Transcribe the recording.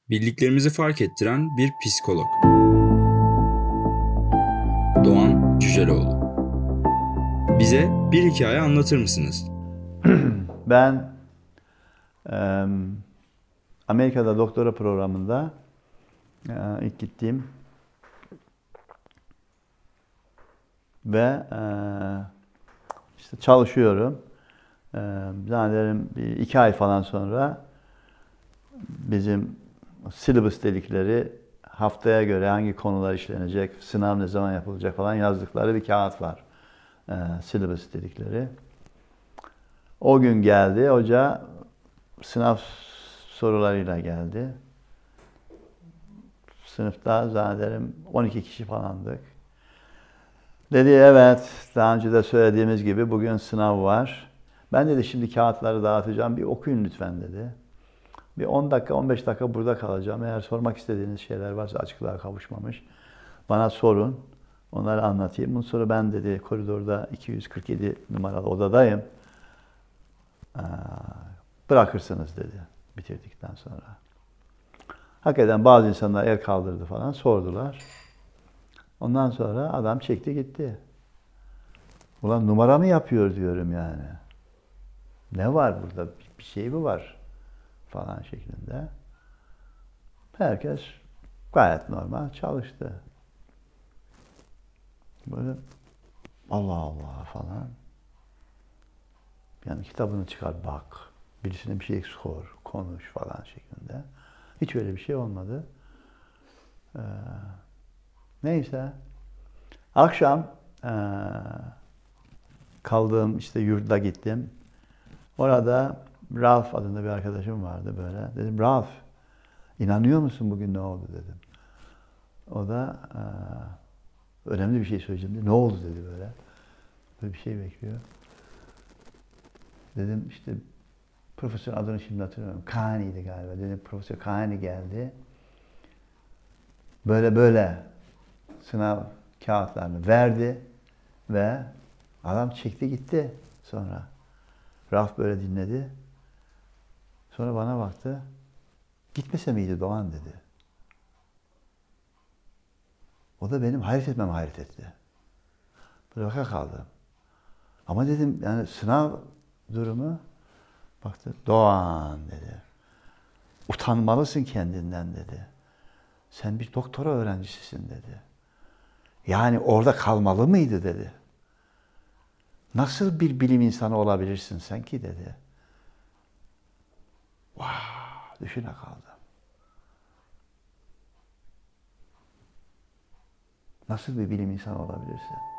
Bildiklerimizi fark ettiren bir psikolog. Doğan Cüceloğlu. Bize bir hikaye anlatır mısınız? Ben Amerika'da doktora programında ilk gittiğim ve işte çalışıyorum. Zannederim 2 ay falan sonra bizim syllabus dedikleri haftaya göre hangi konular işlenecek, sınav ne zaman yapılacak falan yazdıkları bir kağıt var. Syllabus dedikleri. O gün geldi, hoca sınav sorularıyla geldi. Sınıfta zannederim 12 kişi falandık. Dedi evet, daha önce de söylediğimiz gibi bugün sınav var. Ben dedi şimdi kağıtları dağıtacağım, bir okuyun lütfen dedi. Bir 10 dakika, 15 dakika burada kalacağım. Eğer sormak istediğiniz şeyler varsa açıklığa kavuşmamış, bana sorun. Onları anlatayım. Bundan sonra ben dedi koridorda 247 numaralı odadayım. Bırakırsınız dedi bitirdikten sonra. Hakikaten bazı insanlar el kaldırdı falan, sordular. Ondan sonra adam çekti gitti. Ulan numara mı yapıyor diyorum yani. Ne var burada? Bir şey mi var? Falan şeklinde. Herkes gayet normal çalıştı. Böyle Allah Allah falan. Yani kitabını çıkar bak. Birisine bir şey sor, konuş falan şeklinde. Hiç öyle bir şey olmadı. Neyse. Akşam kaldığım işte yurda gittim. Orada Ralph adında bir arkadaşım vardı böyle. Dedim Ralph, inanıyor musun bugün ne oldu dedim. O da önemli bir şey söyleyeceğim dedi. Ne oldu dedi böyle. Böyle bir şey bekliyor. Dedim işte profesör adını şimdi hatırlamıyorum. Kahani'ydi galiba. Dedim Profesör Kahani geldi. Böyle sınav kağıtlarını verdi ve adam çekti gitti sonra. Ralph böyle dinledi. Sonra bana baktı. Gitmese miydi Doğan dedi. O da benim hayret etmem hayret etti. Böyle baka kaldım. Ama dedim yani sınav durumu baktı. Doğan dedi. Utanmalısın kendinden dedi. Sen bir doktora öğrencisisin dedi. Yani orada kalmalı mıydı dedi. Nasıl bir bilim insanı olabilirsin sen ki dedi. Vah, düşüne kaldım. Nasıl bir bilim insanı olabilirsin?